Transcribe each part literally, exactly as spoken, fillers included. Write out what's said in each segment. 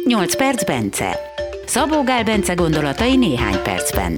nyolc perc Bence. Szabó Gál Bence gondolatai néhány percben.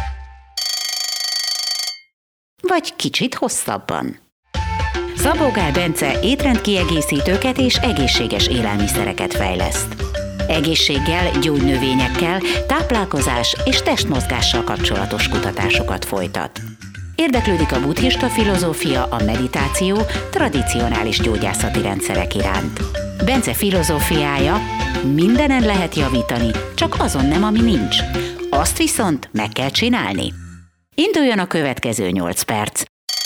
Vagy kicsit hosszabban. Szabó Gál Bence étrendkiegészítőket és egészséges élelmiszereket fejleszt. Egészséggel, gyógynövényekkel, táplálkozás és testmozgással kapcsolatos kutatásokat folytat. Érdeklődik a buddhista filozófia, a meditáció, tradicionális gyógyászati rendszerek iránt. Bence filozófiája: mindenen lehet javítani, csak azon nem, ami nincs. Azt viszont meg kell csinálni. Induljon a következő nyolc perc.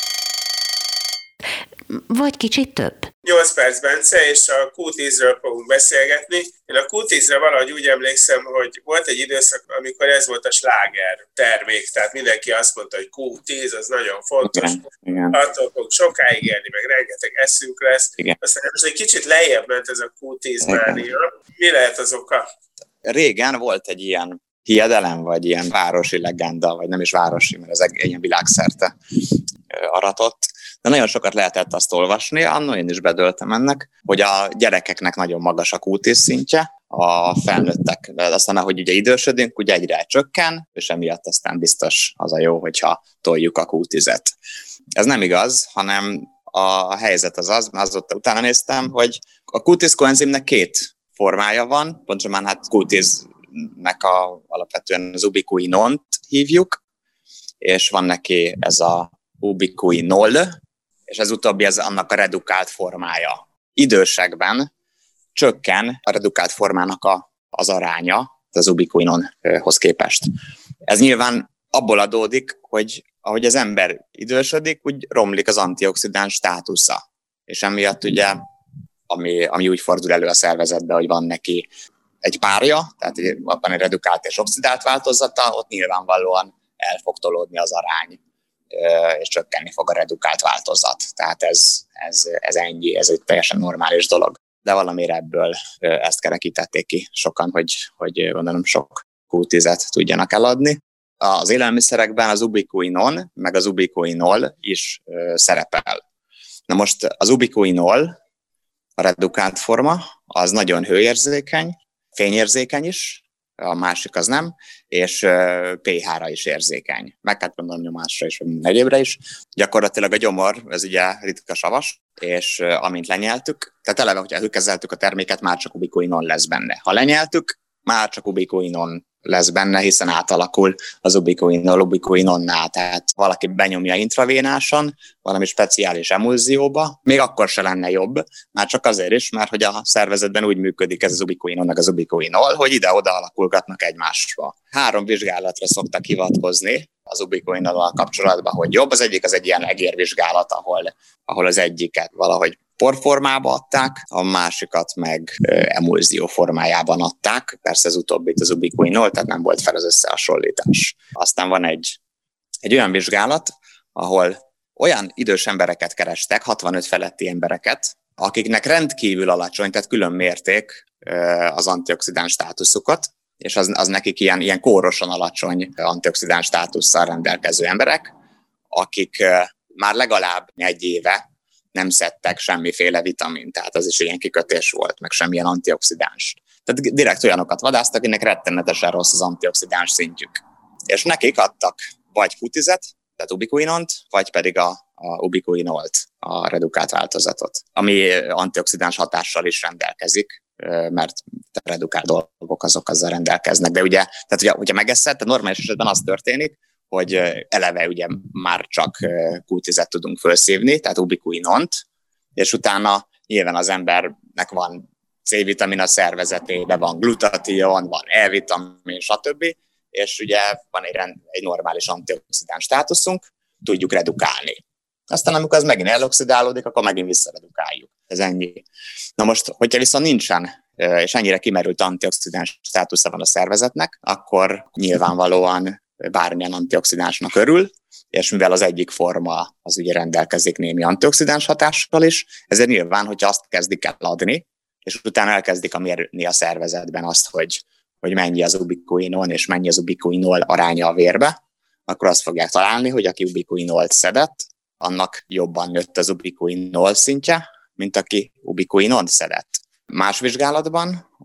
Vagy kicsit több. nyolc perc Bence, és a kú tízről fogunk beszélgetni. Én a kú tízre valahogy úgy emlékszem, hogy volt egy időszak, amikor ez volt a sláger termék, tehát mindenki azt mondta, hogy kú tíz, az nagyon fontos. Igen, igen. Attól fog sokáig élni, meg rengeteg eszünk lesz. Igen. Aztán most egy kicsit lejjebb ment ez a kú tíz mánia. Mi lehet az oka? Régen volt egy ilyen hiedelem, vagy ilyen városi legenda, vagy nem is városi, mert ez egy ilyen világszerte aratott. De nagyon sokat lehetett azt olvasni, annól én is bedöltem ennek, hogy a gyerekeknek nagyon magas a kú tíz szintje, a felnőttek, de aztán ahogy ugye idősödünk, ugye egyre csökken, és emiatt aztán biztos az a jó, hogyha toljuk a kú tízet. Ez nem igaz, hanem a helyzet az az, mert azóta utána néztem, hogy a kú tíz koenzimnek két formája van, pontosabban hát kú tíznek a, alapvetően az ubiquinont hívjuk, és van neki ez a ubiquinol, és ez utóbbi ez annak a redukált formája. Idősekben csökken a redukált formának a, az aránya az ubiquinonhoz képest. Ez nyilván abból adódik, hogy ahogy az ember idősödik, úgy romlik az antioxidáns státusza. És emiatt ugye, ami, ami úgy fordul elő a szervezetbe, hogy van neki egy párja, tehát van egy redukált és oxidált változata, ott nyilvánvalóan el fog tolódni az arány, és csökkenni fog a redukált változat. Tehát ez, ez, ez ennyi, ez egy teljesen normális dolog. De valamiért ebből ezt kerekítették ki sokan, hogy, hogy gondolom sok kú tízet tudjanak eladni. Az élelmiszerekben az ubiquinon, meg az ubiquinol is szerepel. Na most az ubiquinol, a redukált forma, az nagyon hőérzékeny, fényérzékeny is, a másik az nem, és pé há-ra is érzékeny, meg hát mondom nyomásra is, minden egyébre is. Gyakorlatilag a gyomor, ez ugye ritka savas, és amint lenyeltük, tehát eleve, hogyha hőkezeltük a terméket, már csak ubiquinon lesz benne. Ha lenyeltük, már csak ubiquinon lesz benne, hiszen átalakul az ubiquinol ubiquinonná, tehát valaki benyomja intravénásan, valami speciális emulzióba, még akkor se lenne jobb, már csak azért is, mert hogy a szervezetben úgy működik ez az ubiquinon, meg az ubiquinol, hogy ide-oda alakulgatnak egymásba. Három vizsgálatra szoktak hivatkozni az ubiquinonnal kapcsolatban, hogy jobb. Az egyik az egy ilyen egérvizsgálat, ahol, ahol az egyiket valahogy porformába adták, a másikat meg emulzió formájában adták. Persze az utóbbit az ubiquinol, tehát nem volt fel az összehasonlítás. Aztán van egy, egy olyan vizsgálat, ahol olyan idős embereket kerestek, hatvanöt feletti embereket, akiknek rendkívül alacsony, tehát külön mérték az antioxidáns státuszukat, és az, az nekik ilyen, ilyen kórosan alacsony antioxidáns státusszal rendelkező emberek, akik már legalább egy éve nem szedtek semmiféle vitamint, tehát az is ilyen kikötés volt, meg semmilyen antioxidáns. Tehát direkt olyanokat vadáztak, akinek rettenetesen rossz az antioxidáns szintjük. És nekik adtak vagy kú tízet, tehát ubiquinont, vagy pedig a, a ubiquinolt, a redukált változatot, ami antioxidáns hatással is rendelkezik, mert a redukált dolgok azok azzal rendelkeznek. De ugye, tehát ugye, hogyha megeszed, tehát normális esetben az történik, hogy eleve ugye már csak kú tízet tudunk felszívni, tehát ubiquinont, és utána nyilván az embernek van C-vitamin a szervezetében, van glutatión, van E-vitamin, stb., és ugye van egy, rend, egy normális antioxidáns státuszunk, tudjuk redukálni. Aztán amikor az megint eloxidálódik, akkor megint visszaredukáljuk. Ez ennyi. Na most, hogyha viszont nincsen, és ennyire kimerült antioxidáns státusza van a szervezetnek, akkor nyilvánvalóan bármilyen antioxidánsnak örül, és mivel az egyik forma az ugye rendelkezik némi antioxidáns hatással is, ezért nyilván, hogyha azt kezdik el adni, és utána elkezdik a mérni a szervezetben azt, hogy, hogy mennyi az ubiquinon és mennyi az ubiquinol aránya a vérbe, akkor azt fogják találni, hogy aki ubiquinolt szedett, annak jobban nőtt az ubiquinol szintje, mint aki ubiquinont szedett. Más vizsgálatban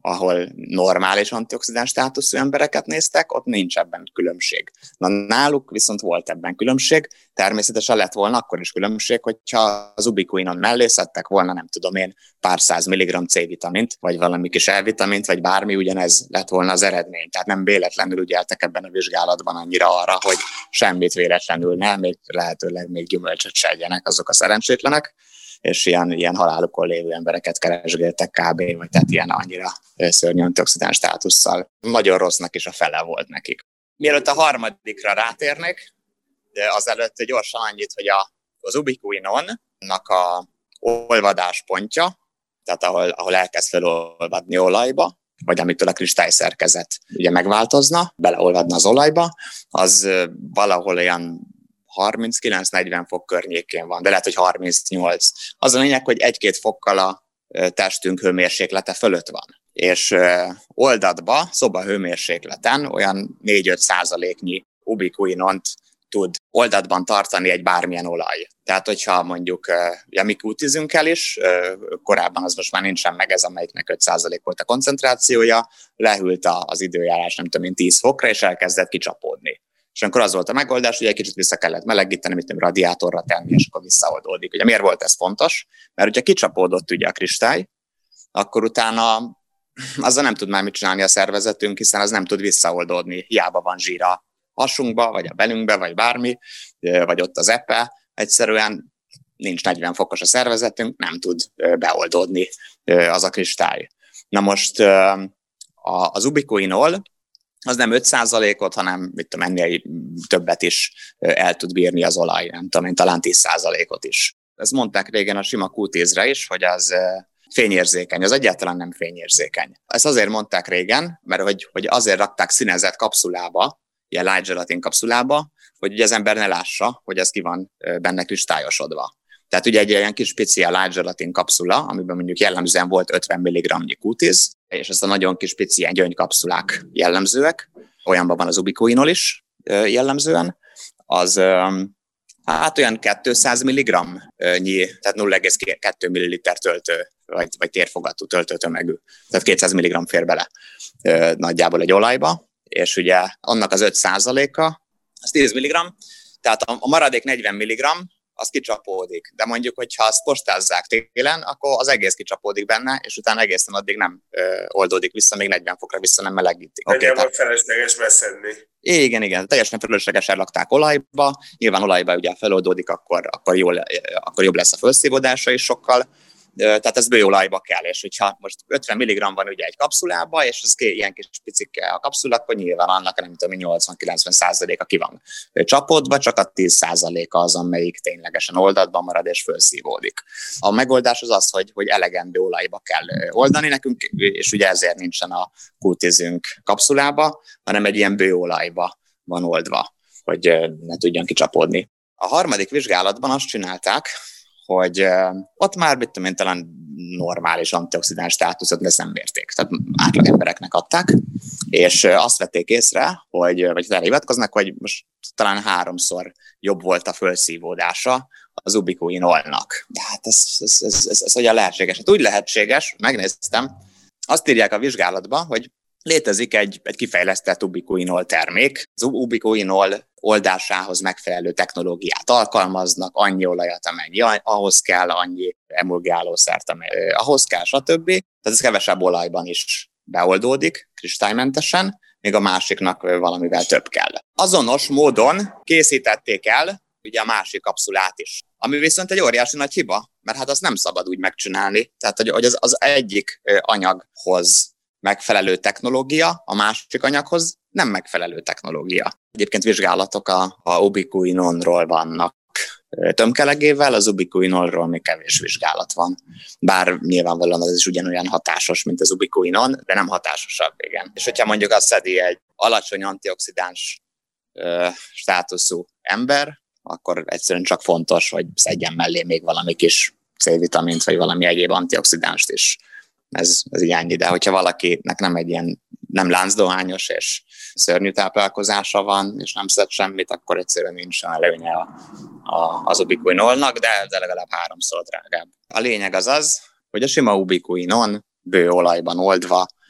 ahol normális antioxidáns státuszú embereket néztek, ott nincs ebben különbség. Na, náluk viszont volt ebben különbség, természetesen lett volna akkor is különbség, hogyha az ubiquinon mellé szedtek volna, nem tudom én, pár száz milligramm C-vitamint, vagy valami kis E-vitamint, vagy bármi, ugyanez lett volna az eredmény. Tehát nem véletlenül ügyeltek ebben a vizsgálatban annyira arra, hogy semmit véletlenül nem, még lehetőleg még gyümölcsöt se egyenek azok a szerencsétlenek, és ilyen, ilyen halálukon lévő embereket keresgéltek kb. Vagy tehát ilyen annyira szörnyű antioxidáns státusszal. Nagyon rossznak is a fele volt nekik. Mielőtt a harmadikra rátérnék, de azelőtt gyorsan annyit, hogy a, az ubiquinonnak a olvadáspontja, tehát ahol, ahol elkezd felolvadni olajba, vagy amitől a kristályszerkezet ugye megváltozna, beleolvadna az olajba, az valahol olyan harminckilenc-negyven fok környékén van, de lehet, hogy harmincnyolc. Az a lényeg, hogy egy-két fokkal a testünk hőmérséklete fölött van. És oldatba, szobahőmérsékleten olyan négy-öt százaléknyi ubiquinont tud oldatban tartani egy bármilyen olaj. Tehát, hogyha mondjuk, ja, mi kútizünk el is, korábban az most már nincsen meg ez, amelyiknek öt százalék volt a koncentrációja, lehűlt az időjárás, nem tudom én, tíz fokra, és elkezdett kicsapódni. És akkor az volt a megoldás, hogy egy kicsit vissza kellett melegíteni, mit nem radiátorra tenni, és akkor visszaoldódik. Ugye miért volt ez fontos? Mert hogyha kicsapódott ugye a kristály, akkor utána azzal nem tud már mit csinálni a szervezetünk, hiszen az nem tud visszaoldódni. Hiába van zsír a hasunkba, vagy a belünkbe, vagy bármi, vagy ott az epe. Egyszerűen nincs negyven fokos a szervezetünk, nem tud beoldódni az a kristály. Na most az ubiquinol az nem öt százalékot, hanem mit tudom, ennél többet is el tud bírni az olaj, nem tudom én, talán tíz százalékot is. Ezt mondták régen a sima kú tízre is, hogy az fényérzékeny, az egyáltalán nem fényérzékeny. Ezt azért mondták régen, mert hogy, hogy azért rakták színezett kapszulába, ilyen light gelatin kapszulába, hogy ugye az ember ne lássa, hogy ez ki van benne kristályosodva. Tehát ugye egy ilyen kis pici light gelatin kapszula, amiben mondjuk jellemzően volt ötven milligramnyi kú tíz, és ez a nagyon kis pici ilyen gyöngykapszulák jellemzőek, olyanban van az ubiquinol is jellemzően, az hát olyan kétszáz milligramnyi, tehát nulla egész kettő milliliter töltő, vagy, vagy térfogatú töltőtömegű. Tehát kétszáz milligramm fér bele nagyjából egy olajba, és ugye annak az öt százaléka, az tíz milligramm, tehát a maradék negyven milligramm, az kicsapódik. De mondjuk, hogyha azt postázzák télen, akkor az egész kicsapódik benne, és utána egészen addig nem ö, oldódik vissza, még negyven fokra vissza nem melegítik. Okay, tehát felesleges beszedni. Igen, igen, teljesen feleslegesen rakták olajba, nyilván olajba ugye feloldódik, akkor, akkor, jól, akkor jobb lesz a felszívódása is sokkal, tehát ez bőolajba kell, és hogyha most ötven milligramm van ugye egy kapszulába, és az ilyen kis picike a kapszula, akkor nyilván annak nem tudom, nyolcvan-kilencven százaléka ki van csapódva, csak a tíz százaléka az, amelyik ténylegesen oldatban marad és felszívódik. A megoldás az az, hogy, hogy elegendő olajba kell oldani nekünk, és ugye ezért nincsen a kú tízünk kapszulába, hanem egy ilyen bőolajba van oldva, hogy ne tudjon kicsapódni. A harmadik vizsgálatban azt csinálták, hogy ott már, mit tudom én, talán normális antioxidáns státuszot ezt nem mérték. Tehát átlag embereknek adták, és azt vették észre, hogy, vagy erre hivatkoznak, hogy most talán háromszor jobb volt a felszívódása az ubiquinolnak. De hát ez, ez, ez, ez, ez hogyan lehetséges? Hát úgy lehetséges, megnéztem, azt írják a vizsgálatba, hogy létezik egy, egy kifejlesztett ubiquinol termék. Az ubiquinol oldásához megfelelő technológiát alkalmaznak, annyi olajat, amennyi ahhoz kell, annyi emulgálószert, amennyi ahhoz kell, stb. Tehát ez kevesebb olajban is beoldódik, kristálymentesen, még a másiknak valamivel több kell. Azonos módon készítették el ugye a másik kapszulát is, ami viszont egy óriási nagy hiba, mert hát azt nem szabad úgy megcsinálni. Tehát, hogy az, az egyik anyaghoz megfelelő technológia, a másik anyaghoz nem megfelelő technológia. Egyébként vizsgálatok a, a ubiquinonról vannak tömkelegével, az ubiquinolról még kevés vizsgálat van. Bár nyilvánvalóan az is ugyanolyan hatásos, mint az ubiquinon, de nem hatásosabb, igen. És hogyha mondjuk azt szedi egy alacsony antioxidáns ö, státuszú ember, akkor egyszerűen csak fontos, hogy szedjen mellé még valami kis C-vitamint, vagy valami egyéb antioxidánst is. Ez, ez így ennyi, de hogyha valakinek nem egy ilyen nem láncdohányos és szörnyű táplálkozása van, és nem szed semmit, akkor egyszerűen nincs előnye a, a, az ubiquinolnak, de, de legalább háromszor drágább. A lényeg az az, hogy a sima ubiquinon bőolajban oldva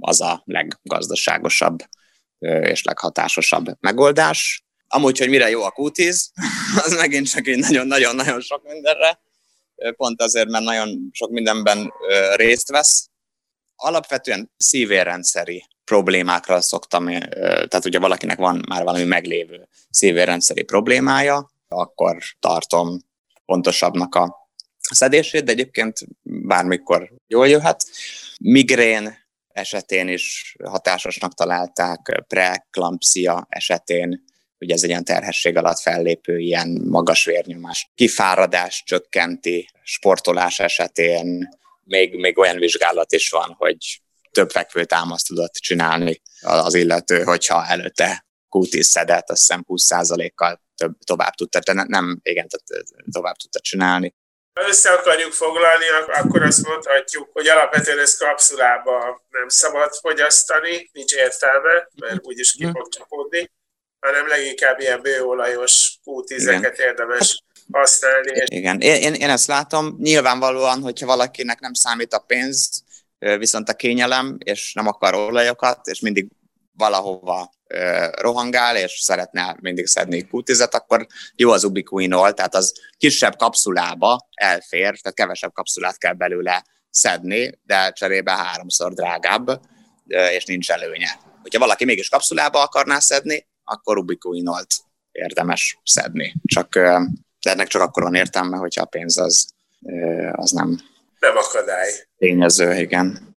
az a leggazdaságosabb és leghatásosabb megoldás. Amúgy, hogy mire jó a kú tíz, az megint csak így nagyon-nagyon-nagyon sok mindenre, pont azért, mert nagyon sok mindenben részt vesz. Alapvetően szívérrendszeri problémákra szoktam, tehát ugye valakinek van már valami meglévő szívérrendszeri problémája, akkor tartom pontosabbnak a szedését, de egyébként bármikor jól jöhet. Migrén esetén is hatásosnak találták, preeklampszia esetén, ugye ez egy ilyen terhesség alatt fellépő ilyen magas vérnyomás, kifáradás csökkenti, sportolás esetén, még, még olyan vizsgálat is van, hogy több fekvőtámaszt tudott csinálni az illető, hogyha előtte kú tíz szedett, azt hiszem húsz százalékkal több, tovább tudta, de nem, igen, tovább tudta csinálni. Ha össze akarjuk foglalni, akkor azt mondhatjuk, hogy alapvetően ezt kapszulába nem szabad fogyasztani, nincs értelme, mert úgyis ki fog csapódni, hanem leginkább ilyen bőolajos kú tízeket érdemes használni. Igen, én, én ezt látom. Nyilvánvalóan, hogyha valakinek nem számít a pénz, viszont a kényelem, és nem akar olajokat, és mindig valahova rohangál, és szeretne mindig szedni kú tízet, akkor jó az ubiquinol, tehát az kisebb kapszulába elfér, tehát kevesebb kapszulát kell belőle szedni, de cserébe háromszor drágább, és nincs előnye. Hogyha valaki mégis kapszulába akarná szedni, akkor ubiquinolt érdemes szedni. Csak, de ennek csak akkor van értelme, hogyha a pénz az, az nem... Nem akadály. Tényező, igen.